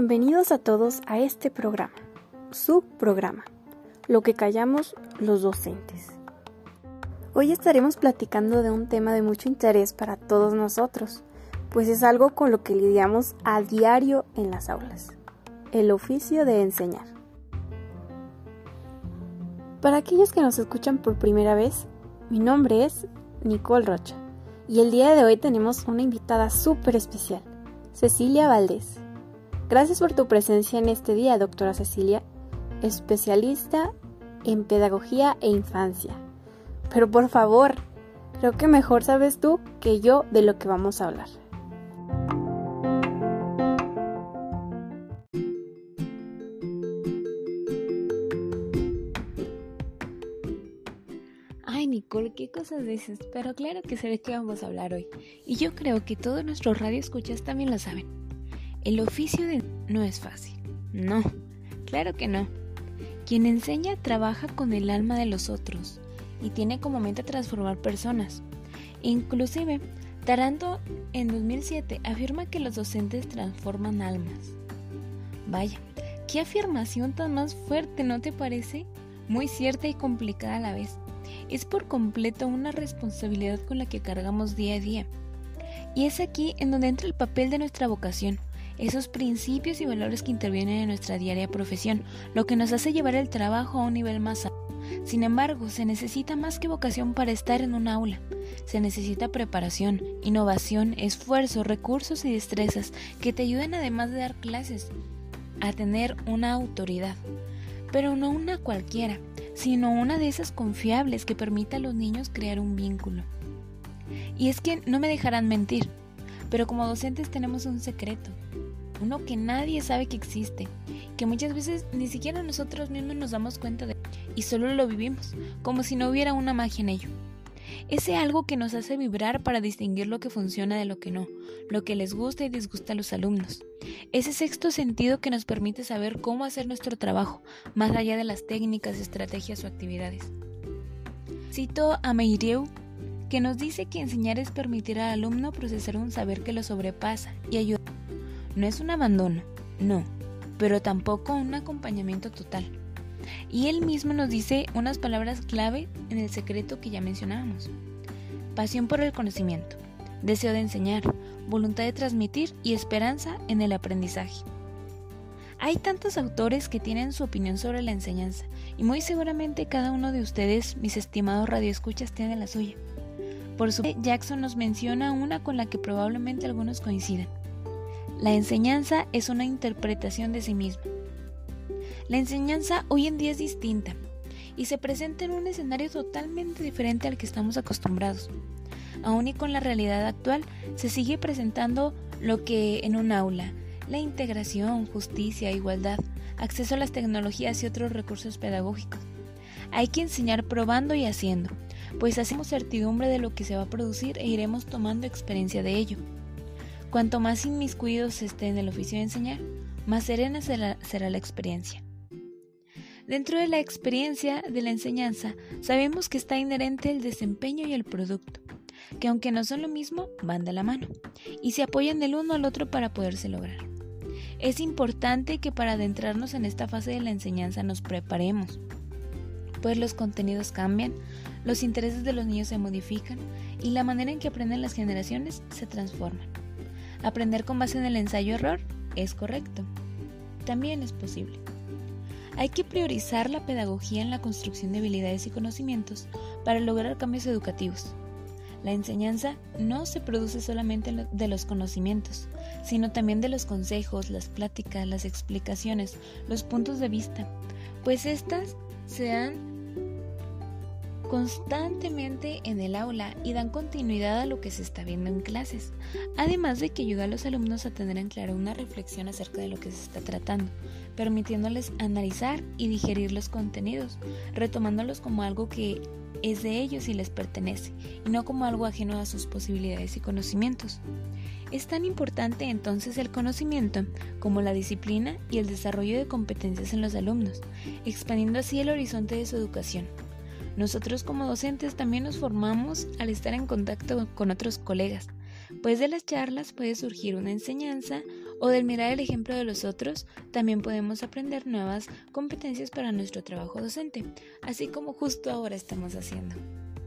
Bienvenidos a todos a este programa, su programa, Lo que callamos los docentes. Hoy estaremos platicando de un tema de mucho interés para todos nosotros, pues es algo con lo que lidiamos a diario en las aulas, el oficio de enseñar. Para aquellos que nos escuchan por primera vez, mi nombre es Nicole Rocha y el día de hoy tenemos una invitada súper especial, Cecilia Valdés. Gracias por tu presencia en este día, doctora Cecilia, especialista en pedagogía e infancia. Pero por favor, creo que mejor sabes tú que yo de lo que vamos a hablar. Ay, Nicole, ¿qué cosas dices? Pero claro que sé de qué vamos a hablar hoy. Y yo creo que todos nuestros radioescuchas también lo saben. El oficio no es fácil. No, claro que no. Quien enseña trabaja con el alma de los otros y tiene como meta transformar personas. Inclusive, Taranto en 2007 afirma que los docentes transforman almas. Vaya, qué afirmación tan más fuerte, ¿no te parece? Muy cierta y complicada a la vez. Es por completo una responsabilidad con la que cargamos día a día. Y es aquí en donde entra el papel de nuestra vocación, esos principios y valores que intervienen en nuestra diaria profesión, lo que nos hace llevar el trabajo a un nivel más alto. Sin embargo, se necesita más que vocación para estar en un aula. Se necesita preparación, innovación, esfuerzo, recursos y destrezas que te ayuden, además de dar clases, a tener una autoridad. Pero no una cualquiera, sino una de esas confiables que permita a los niños crear un vínculo. Y es que no me dejarán mentir, pero como docentes tenemos un secreto, uno que nadie sabe que existe, que muchas veces ni siquiera nosotros mismos nos damos cuenta de, y solo lo vivimos, como si no hubiera una magia en ello. Ese algo que nos hace vibrar para distinguir lo que funciona de lo que no, lo que les gusta y disgusta a los alumnos. Ese sexto sentido que nos permite saber cómo hacer nuestro trabajo, más allá de las técnicas, estrategias o actividades. Cito a Meirieu, que nos dice que enseñar es permitir al alumno procesar un saber que lo sobrepasa y ayudar. No es un abandono, no, pero tampoco un acompañamiento total. Y él mismo nos dice unas palabras clave en el secreto que ya mencionábamos. Pasión por el conocimiento, deseo de enseñar, voluntad de transmitir y esperanza en el aprendizaje. Hay tantos autores que tienen su opinión sobre la enseñanza y muy seguramente cada uno de ustedes, mis estimados radioescuchas, tiene la suya. Por su parte, Jackson nos menciona una con la que probablemente algunos coincidan. La enseñanza es una interpretación de sí misma. La enseñanza hoy en día es distinta y se presenta en un escenario totalmente diferente al que estamos acostumbrados. Aún y con la realidad actual, se sigue presentando lo que en un aula, la integración, justicia, igualdad, acceso a las tecnologías y otros recursos pedagógicos. Hay que enseñar probando y haciendo, pues hacemos certidumbre de lo que se va a producir e iremos tomando experiencia de ello. Cuanto más inmiscuidos esté en el oficio de enseñar, más serena será la experiencia. Dentro de la experiencia de la enseñanza, sabemos que está inherente el desempeño y el producto, que aunque no son lo mismo, van de la mano, y se apoyan el uno al otro para poderse lograr. Es importante que para adentrarnos en esta fase de la enseñanza nos preparemos, pues los contenidos cambian, los intereses de los niños se modifican, y la manera en que aprenden las generaciones se transforman. Aprender con base en el ensayo-error es correcto. También es posible. Hay que priorizar la pedagogía en la construcción de habilidades y conocimientos para lograr cambios educativos. La enseñanza no se produce solamente de los conocimientos, sino también de los consejos, las pláticas, las explicaciones, los puntos de vista, pues estas se dan constantemente en el aula y dan continuidad a lo que se está viendo en clases, además de que ayuda a los alumnos a tener en claro una reflexión acerca de lo que se está tratando, permitiéndoles analizar y digerir los contenidos, retomándolos como algo que es de ellos y les pertenece, y no como algo ajeno a sus posibilidades y conocimientos. Es tan importante entonces el conocimiento como la disciplina y el desarrollo de competencias en los alumnos, expandiendo así el horizonte de su educación. Nosotros como docentes también nos formamos al estar en contacto con otros colegas, pues de las charlas puede surgir una enseñanza o del mirar el ejemplo de los otros también podemos aprender nuevas competencias para nuestro trabajo docente, así como justo ahora estamos haciendo.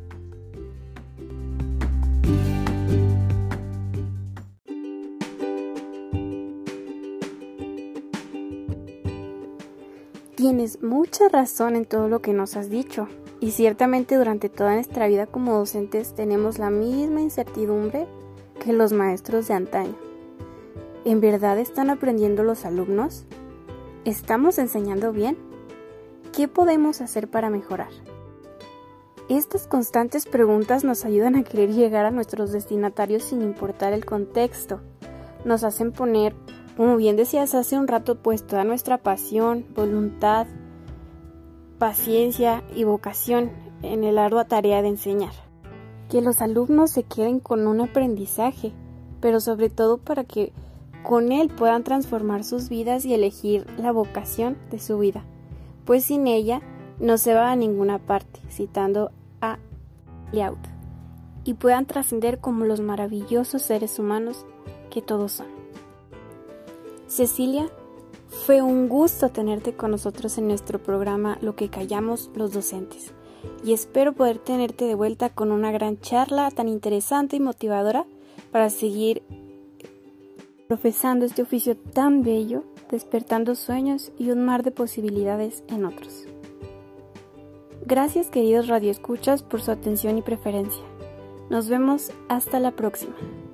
Tienes mucha razón en todo lo que nos has dicho, y ciertamente durante toda nuestra vida como docentes tenemos la misma incertidumbre que los maestros de antaño. ¿En verdad están aprendiendo los alumnos? ¿Estamos enseñando bien? ¿Qué podemos hacer para mejorar? Estas constantes preguntas nos ayudan a querer llegar a nuestros destinatarios sin importar el contexto. Nos hacen poner, como bien decías hace un rato, pues toda nuestra pasión, voluntad, paciencia y vocación en la ardua tarea de enseñar. Que los alumnos se queden con un aprendizaje, pero sobre todo para que con él puedan transformar sus vidas y elegir la vocación de su vida, pues sin ella no se va a ninguna parte, citando a Liaud, y puedan trascender como los maravillosos seres humanos que todos son. Cecilia, fue un gusto tenerte con nosotros en nuestro programa Lo que callamos los docentes, y espero poder tenerte de vuelta con una gran charla tan interesante y motivadora para seguir profesando este oficio tan bello, despertando sueños y un mar de posibilidades en otros. Gracias, queridos radioescuchas, por su atención y preferencia. Nos vemos hasta la próxima.